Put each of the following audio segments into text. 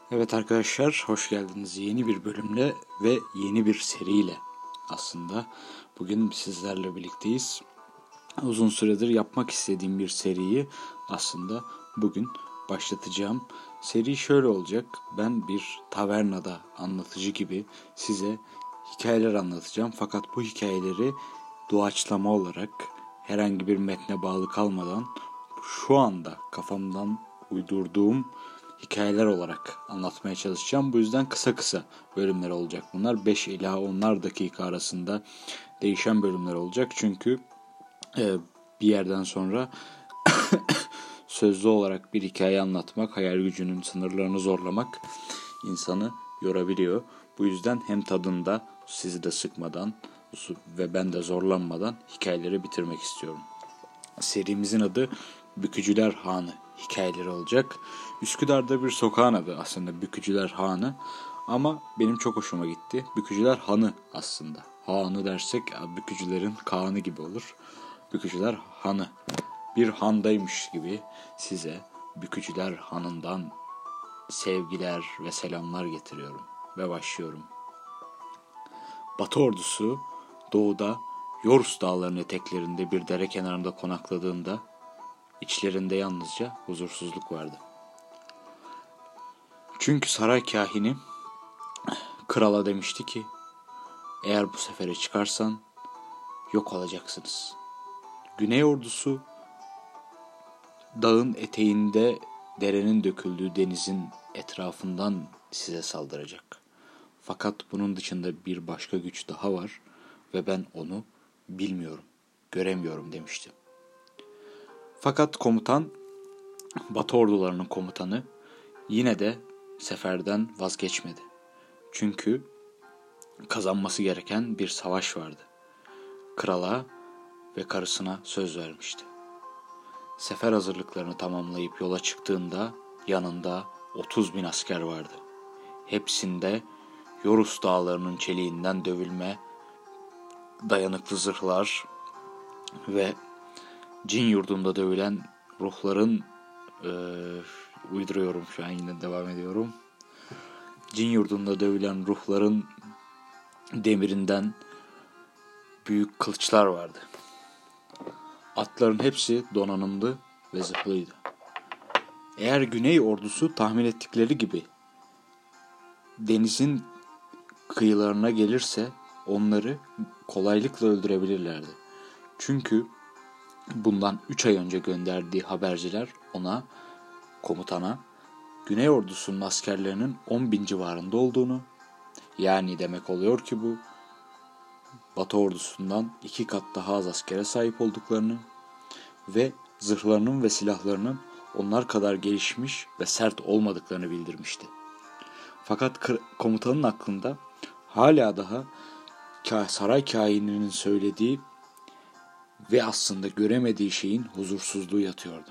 Evet arkadaşlar, hoş geldiniz yeni bir bölümle ve yeni bir seriyle aslında. Bugün sizlerle birlikteyiz. Uzun süredir yapmak istediğim bir seriyi aslında bugün başlatacağım. Seri şöyle olacak, ben bir tavernada anlatıcı gibi size hikayeler anlatacağım. Fakat bu hikayeleri doğaçlama olarak herhangi bir metne bağlı kalmadan şu anda kafamdan uydurduğum hikayeler olarak anlatmaya çalışacağım. Bu yüzden kısa kısa bölümler olacak bunlar. 5 ila 10'lar dakika arasında değişen bölümler olacak. Çünkü bir yerden sonra sözlü olarak bir hikaye anlatmak, hayal gücünün sınırlarını zorlamak insanı yorabiliyor. Bu yüzden hem tadında sizi de sıkmadan ve ben de zorlanmadan hikayeleri bitirmek istiyorum. Serimizin adı Bükücüler Hanı hikayeleri olacak. Üsküdar'da bir sokağın adı aslında Bükücüler Hanı. Ama benim çok hoşuma gitti. Bükücüler Hanı aslında. Hanı dersek Bükücülerin Kaan'ı gibi olur. Bükücüler Hanı. Bir handaymış gibi size Bükücüler Hanı'ndan sevgiler ve selamlar getiriyorum. Ve başlıyorum. Batı ordusu doğuda Yorus dağlarının eteklerinde bir dere kenarında konakladığında içlerinde yalnızca huzursuzluk vardı. Çünkü saray kahini krala demişti ki, eğer bu sefere çıkarsan yok olacaksınız. Güney ordusu dağın eteğinde derenin döküldüğü denizin etrafından size saldıracak. Fakat bunun dışında bir başka güç daha var ve ben onu bilmiyorum, göremiyorum demişti. Fakat komutan, Batı ordularının komutanı yine de seferden vazgeçmedi. Çünkü kazanması gereken bir savaş vardı. Krala ve karısına söz vermişti. Sefer hazırlıklarını tamamlayıp yola çıktığında yanında 30.000 asker vardı. Hepsinde Yorus dağlarının çeliğinden dövülme, dayanıklı zırhlar ve cin yurdunda dövülen ruhların uyduruyorum şu an, yine devam ediyorum. Cin yurdunda dövülen ruhların demirinden büyük kılıçlar vardı. Atların hepsi donanımlı ve zırhlıydı. Eğer Güney ordusu tahmin ettikleri gibi denizin kıyılarına gelirse onları kolaylıkla öldürebilirlerdi. Çünkü bundan 3 ay önce gönderdiği haberciler komutana Güney ordusunun askerlerinin 10.000 civarında olduğunu, yani demek oluyor ki bu Batı ordusundan 2 kat daha az askere sahip olduklarını ve zırhlarının ve silahlarının onlar kadar gelişmiş ve sert olmadıklarını bildirmişti. Fakat komutanın aklında hala daha saray kahininin söylediği ve aslında göremediği şeyin huzursuzluğu yatıyordu.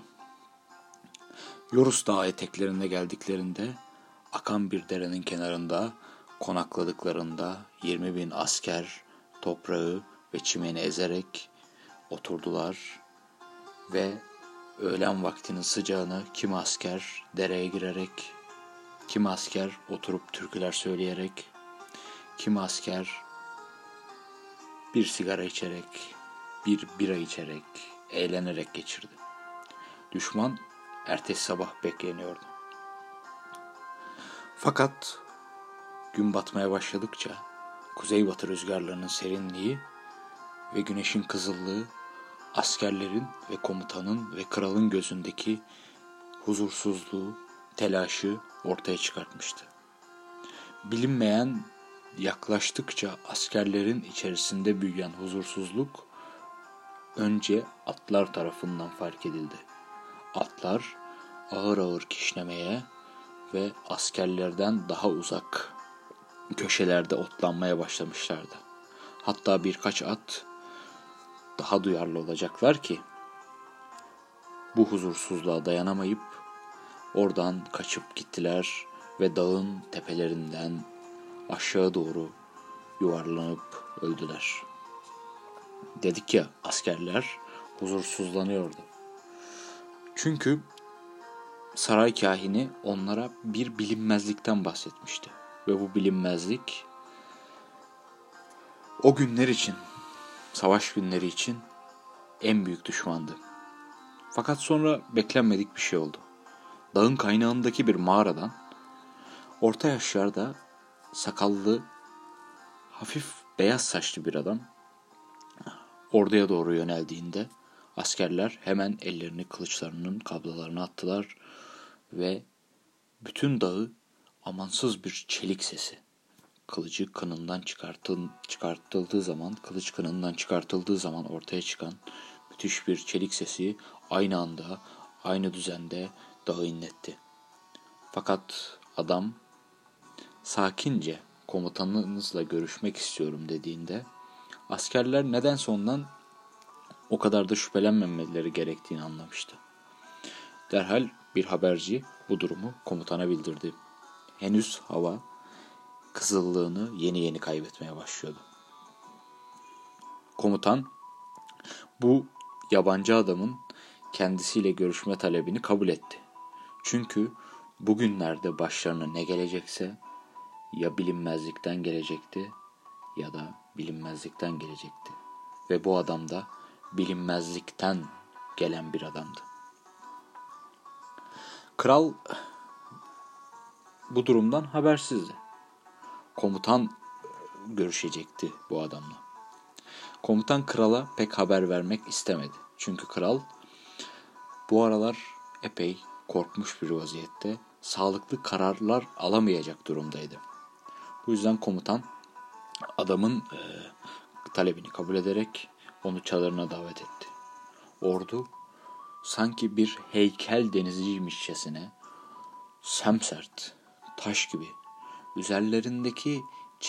Yorus Dağı eteklerine geldiklerinde akan bir derenin kenarında konakladıklarında 20.000 asker toprağı ve çimeni ezerek oturdular ve öğlen vaktinin sıcağını kimi asker dereye girerek, kimi asker oturup türküler söyleyerek, kimi asker bir sigara içerek, bir bira içerek, eğlenerek geçirdi. Düşman ertesi sabah bekleniyordu. Fakat gün batmaya başladıkça kuzeybatı rüzgarlarının serinliği ve güneşin kızıllığı askerlerin ve komutanın ve kralın gözündeki huzursuzluğu, telaşı ortaya çıkartmıştı. Bilinmeyen yaklaştıkça askerlerin içerisinde büyüyen huzursuzluk önce atlar tarafından fark edildi. Atlar ağır ağır kişnemeye ve askerlerden daha uzak köşelerde otlanmaya başlamışlardı. Hatta birkaç at daha duyarlı olacaklar ki bu huzursuzluğa dayanamayıp oradan kaçıp gittiler ve dağın tepelerinden aşağı doğru yuvarlanıp öldüler. Dedik ya, askerler huzursuzlanıyordu. Çünkü saray kahini onlara bir bilinmezlikten bahsetmişti. Ve bu bilinmezlik o günler için, savaş günleri için en büyük düşmandı. Fakat sonra beklenmedik bir şey oldu. Dağın kaynağındaki bir mağaradan orta yaşlarda sakallı, hafif beyaz saçlı bir adam orduya doğru yöneldiğinde askerler hemen ellerini kılıçlarının kablolarına attılar ve bütün dağı amansız bir çelik sesi. Kılıç kınından çıkartıldığı zaman ortaya çıkan müthiş bir çelik sesi aynı anda, aynı düzende dağı inletti. Fakat adam sakince komutanınızla görüşmek istiyorum dediğinde askerler nedense ondan o kadar da şüphelenmemeleri gerektiğini anlamıştı. Derhal bir haberci bu durumu komutana bildirdi. Henüz hava kızıllığını yeni yeni kaybetmeye başlıyordu. Komutan bu yabancı adamın kendisiyle görüşme talebini kabul etti. Çünkü bugünlerde başlarına ne gelecekse ya bilinmezlikten gelecekti ya da bilinmezlikten gelecekti. Ve bu adam da bilinmezlikten gelen bir adamdı. Kral bu durumdan habersizdi. Komutan görüşecekti bu adamla. Komutan krala pek haber vermek istemedi. Çünkü kral bu aralar epey korkmuş bir vaziyette, sağlıklı kararlar alamayacak durumdaydı. Bu yüzden komutan adamın talebini kabul ederek onu çadırına davet etti. Ordu sanki bir heykel denizciymişçesine semsert, taş gibi, üzerlerindeki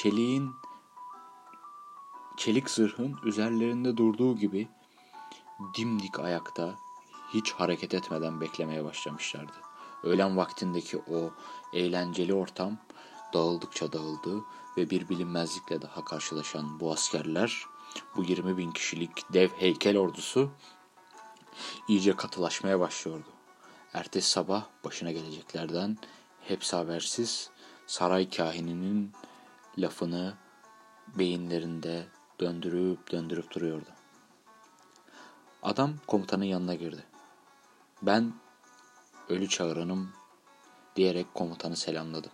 çelik zırhın üzerlerinde durduğu gibi dimdik ayakta, hiç hareket etmeden beklemeye başlamışlardı. Öğlen vaktindeki o eğlenceli ortam dağıldıkça dağıldı ve bir bilinmezlikle daha karşılaşan bu askerler, bu 20.000 kişilik dev heykel ordusu iyice katılaşmaya başlıyordu. Ertesi sabah başına geleceklerden hepsi habersiz, saray kahininin lafını beyinlerinde döndürüp duruyordu. Adam komutanın yanına girdi. "Ben ölü çağıranım" diyerek komutanı selamladı.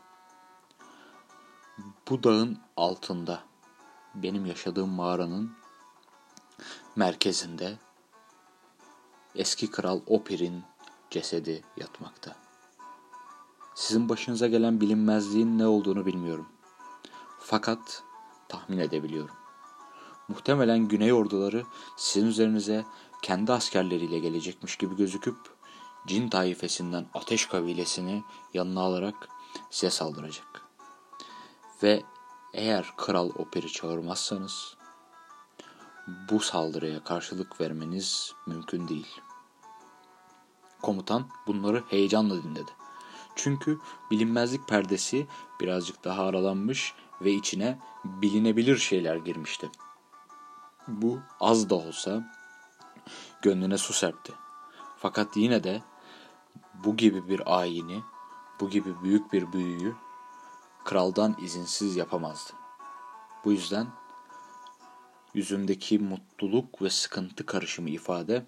"Bu dağın altında, benim yaşadığım mağaranın merkezinde eski kral Opir'in cesedi yatmakta. Sizin başınıza gelen bilinmezliğin ne olduğunu bilmiyorum. Fakat tahmin edebiliyorum. Muhtemelen Güney orduları sizin üzerinize kendi askerleriyle gelecekmiş gibi gözüküp Cin taifesinden Ateş kabilesini yanına alarak size saldıracak. Ve eğer Kral Opir'i çağırmazsanız bu saldırıya karşılık vermeniz mümkün değil." Komutan bunları heyecanla dinledi. Çünkü bilinmezlik perdesi birazcık daha aralanmış ve içine bilinebilir şeyler girmişti. Bu az da olsa gönlüne su serpti. Fakat yine de bu gibi bir ayini, bu gibi büyük bir büyüyü kraldan izinsiz yapamazdı. Bu yüzden yüzündeki mutluluk ve sıkıntı karışımı ifade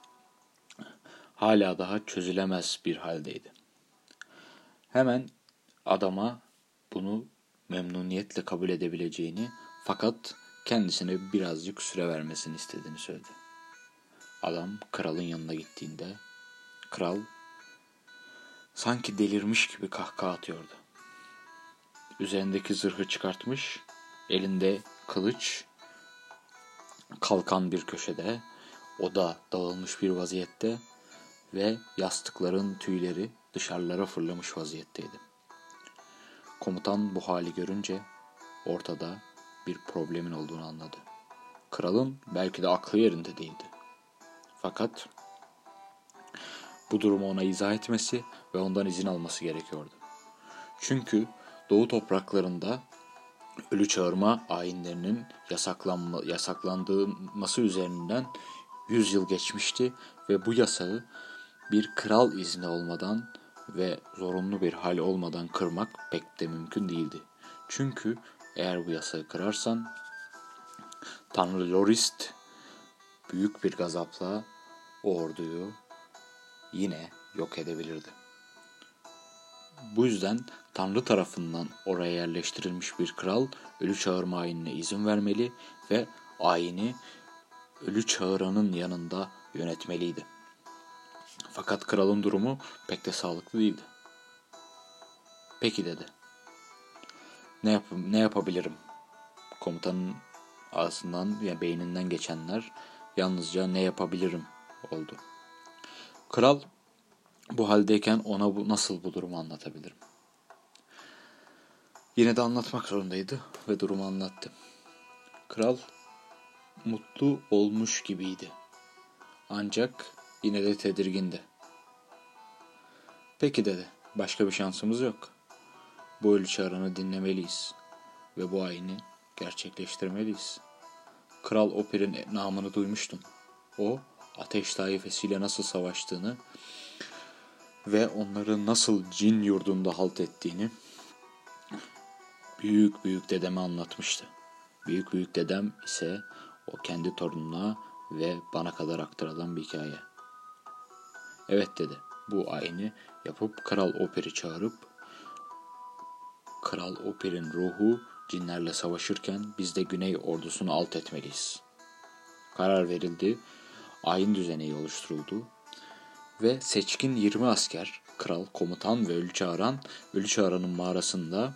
hala daha çözülemez bir haldeydi. Hemen adama bunu memnuniyetle kabul edebileceğini, fakat kendisine birazcık süre vermesini istediğini söyledi. Adam kralın yanına gittiğinde kral sanki delirmiş gibi kahkaha atıyordu. Üzerindeki zırhı çıkartmış, elinde kılıç, kalkan bir köşede, oda dağılmış bir vaziyette ve yastıkların tüyleri dışarılara fırlamış vaziyetteydi. Komutan bu hali görünce ortada bir problemin olduğunu anladı. Kralın belki de aklı yerinde değildi. Fakat bu durumu ona izah etmesi ve ondan izin alması gerekiyordu. Çünkü Doğu topraklarında ölü çağırma ayinlerinin yasaklanması üzerinden 100 yıl geçmişti ve bu yasağı bir kral izni olmadan ve zorunlu bir hal olmadan kırmak pek de mümkün değildi. Çünkü eğer bu yasağı kırarsan Tanrı Lorist büyük bir gazapla o orduyu yine yok edebilirdi. Bu yüzden Tanrı tarafından oraya yerleştirilmiş bir kral ölü çağırma ayinine izin vermeli ve ayini ölü çağıranın yanında yönetmeliydi. Fakat kralın durumu pek de sağlıklı değildi. Peki dedi. Ne yapabilirim? Komutanın ağzından beyninden geçenler yalnızca ne yapabilirim oldu. Kral bu haldeyken ona nasıl bu durumu anlatabilirim? Yine de anlatmak zorundaydı ve durumu anlattı. Kral mutlu olmuş gibiydi. Ancak yine de tedirgindi. Peki dedi, başka bir şansımız yok. Bu ölü çağrını dinlemeliyiz ve bu ayini gerçekleştirmeliyiz. Kral Oper'in namını duymuştun. O, ateş taifesiyle nasıl savaştığını ve onları nasıl cin yurdunda halt ettiğini büyük dedeme anlatmıştı. Büyük dedem ise o kendi torununa ve bana kadar aktarılan bir hikaye. Evet dedi, bu ayini yapıp Kral Oper'i çağırıp Kral Oper'in ruhu cinlerle savaşırken biz de Güney ordusunu alt etmeliyiz. Karar verildi, ayin düzeneği oluşturuldu ve seçkin 20 asker, kral, komutan ve ölü çağıranın mağarasında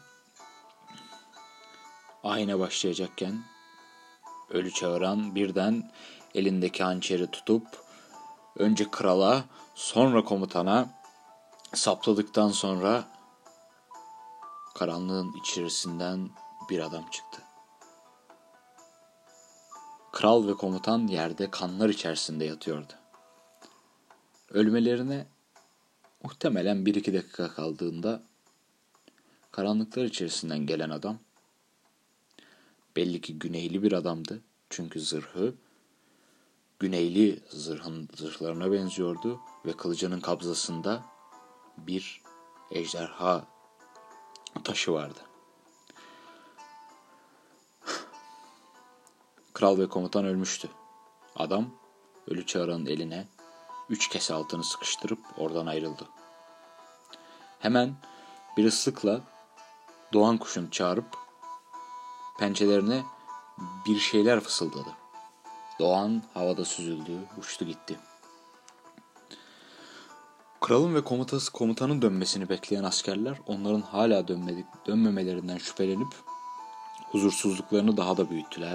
ayine başlayacakken ölü çağıran birden elindeki hançeri tutup önce krala sonra komutana sapladıktan sonra karanlığın içerisinden bir adam çıktı. Kral ve komutan yerde kanlar içerisinde yatıyordu. Ölmelerine muhtemelen 1-2 dakika kaldığında karanlıklar içerisinden gelen adam belli ki güneyli bir adamdı. Çünkü zırhı güneyli zırhlarına benziyordu ve kılıcının kabzasında bir ejderha taşı vardı. Kral ve komutan ölmüştü. Adam ölü çağıranın eline 3 kese altını sıkıştırıp oradan ayrıldı. Hemen bir ıslıkla doğan kuşunu çağırıp pençelerine bir şeyler fısıldadı. Doğan havada süzüldü, uçtu gitti. Kralın ve komutanın dönmesini bekleyen askerler onların hala dönmemelerinden şüphelenip huzursuzluklarını daha da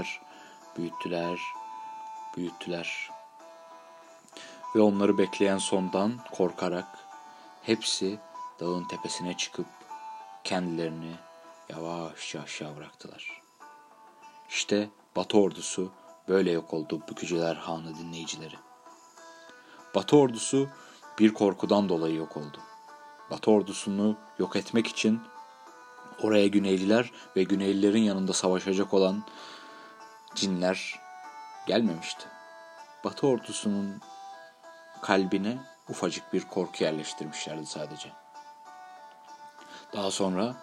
büyüttüler. Ve onları bekleyen sondan korkarak hepsi dağın tepesine çıkıp kendilerini yavaşça aşağı bıraktılar. İşte Batı ordusu böyle yok oldu Bükücüler Hanı dinleyicileri. Batı ordusu bir korkudan dolayı yok oldu. Batı ordusunu yok etmek için oraya Güneyliler ve Güneylilerin yanında savaşacak olan cinler gelmemişti. Batı ordusunun kalbine ufacık bir korku yerleştirmişlerdi sadece. Daha sonra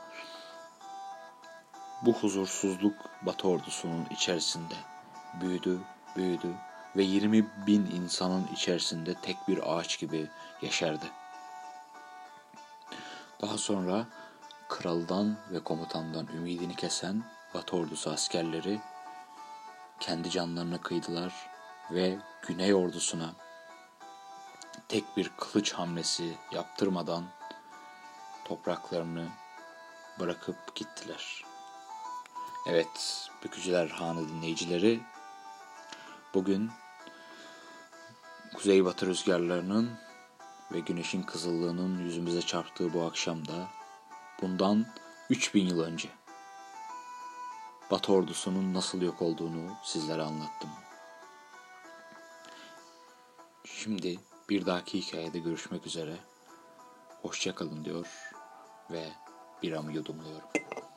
bu huzursuzluk Batı ordusunun içerisinde büyüdü ve 20.000 insanın içerisinde tek bir ağaç gibi yeşerdi. Daha sonra kraldan ve komutandan ümidini kesen Batı ordusu askerleri kendi canlarına kıydılar ve Güney ordusuna tek bir kılıç hamlesi yaptırmadan topraklarını bırakıp gittiler. Evet, Bükücüler Hanı dinleyicileri, bugün kuzeybatı rüzgarlarının ve güneşin kızıllığının yüzümüze çarptığı bu akşamda bundan 3000 yıl önce Batı ordusunun nasıl yok olduğunu sizlere anlattım. Şimdi bir dahaki hikayede görüşmek üzere. Hoşça kalın diyor ve biramı yudumluyorum.